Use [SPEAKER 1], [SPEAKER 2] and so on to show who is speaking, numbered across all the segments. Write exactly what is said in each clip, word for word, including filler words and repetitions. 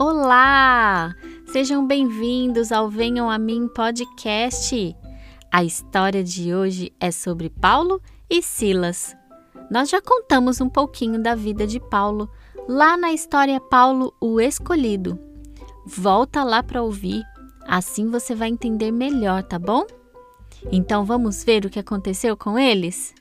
[SPEAKER 1] Olá! Sejam bem-vindos ao Venham a Mim podcast. A história de hoje é sobre Paulo e Silas. Nós já contamos um pouquinho da vida de Paulo, lá na história Paulo o Escolhido. Volta lá para ouvir, assim você vai entender melhor, tá bom? Então vamos ver o que aconteceu com eles?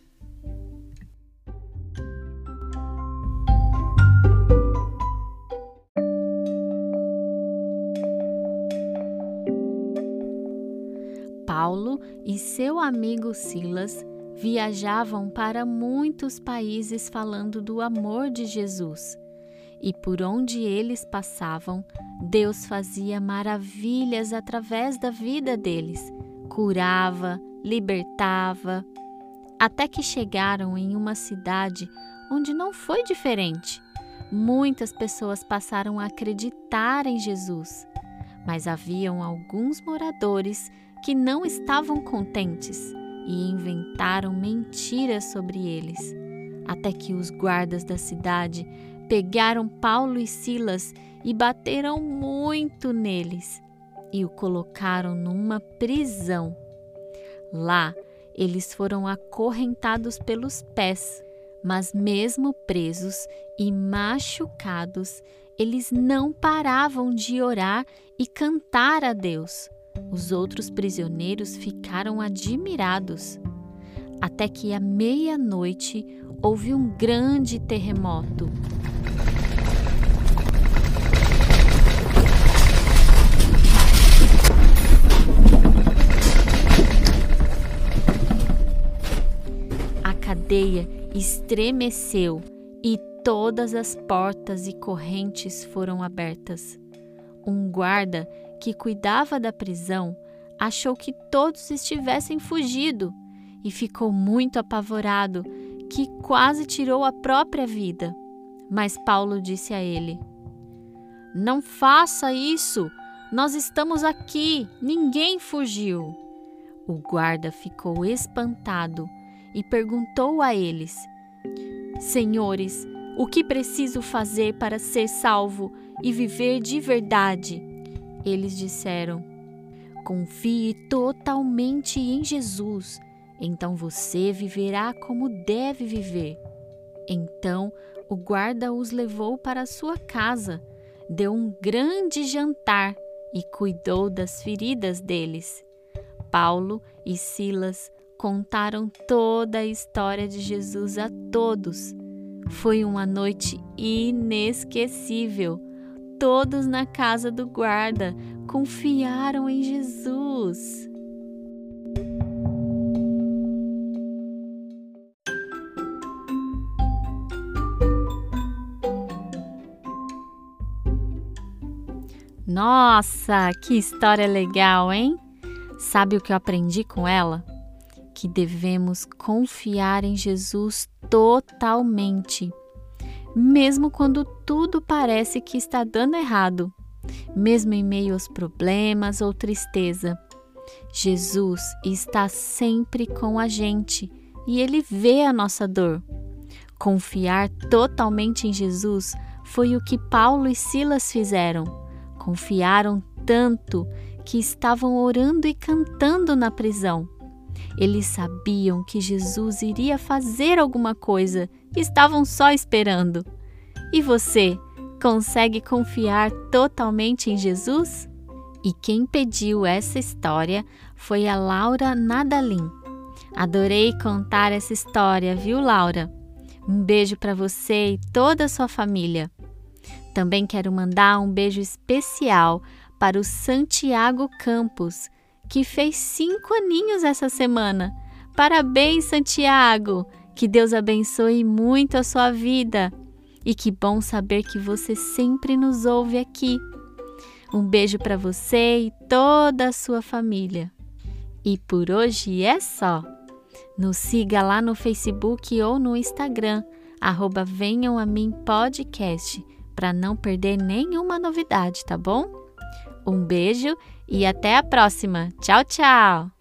[SPEAKER 1] Paulo e seu amigo Silas viajavam para muitos países falando do amor de Jesus. E por onde eles passavam, Deus fazia maravilhas através da vida deles, curava, libertava, até que chegaram em uma cidade onde não foi diferente. Muitas pessoas passaram a acreditar em Jesus, mas haviam alguns moradores que não estavam contentes e inventaram mentiras sobre eles, até que os guardas da cidade pegaram Paulo e Silas e bateram muito neles e o colocaram numa prisão. Lá, eles foram acorrentados pelos pés, mas mesmo presos e machucados, eles não paravam de orar e cantar a Deus. Os outros prisioneiros ficaram admirados, até que à meia-noite houve um grande terremoto. A cadeia estremeceu e todas as portas e correntes foram abertas. Um guarda que cuidava da prisão achou que todos estivessem fugido e ficou muito apavorado, que quase tirou a própria vida. Mas Paulo disse a ele: "Não faça isso, nós estamos aqui, ninguém fugiu." O guarda ficou espantado e perguntou a eles: "Senhores, o que preciso fazer para ser salvo e viver de verdade?" Eles disseram: "Confie totalmente em Jesus, então você viverá como deve viver." Então o guarda os levou para sua casa, deu um grande jantar e cuidou das feridas deles. Paulo e Silas contaram toda a história de Jesus a todos. Foi uma noite inesquecível. Todos na casa do guarda confiaram em Jesus. Nossa, que história legal, hein? Sabe o que eu aprendi com ela? Que devemos confiar em Jesus totalmente, mesmo quando tudo parece que está dando errado, mesmo em meio aos problemas ou tristeza. Jesus está sempre com a gente e Ele vê a nossa dor. Confiar totalmente em Jesus foi o que Paulo e Silas fizeram. Confiaram tanto que estavam orando e cantando na prisão. Eles sabiam que Jesus iria fazer alguma coisa e estavam só esperando. E você, consegue confiar totalmente em Jesus? E quem pediu essa história foi a Laura Nadalim. Adorei contar essa história, viu, Laura? Um beijo para você e toda a sua família. Também quero mandar um beijo especial para o Santiago Campos, que fez cinco aninhos essa semana. Parabéns, Santiago! Que Deus abençoe muito a sua vida. E que bom saber que você sempre nos ouve aqui. Um beijo para você e toda a sua família. E por hoje é só. Nos siga lá no Facebook ou no Instagram, arroba Venham a Mim Podcast, para não perder nenhuma novidade, tá bom? Um beijo e até a próxima. Tchau, tchau!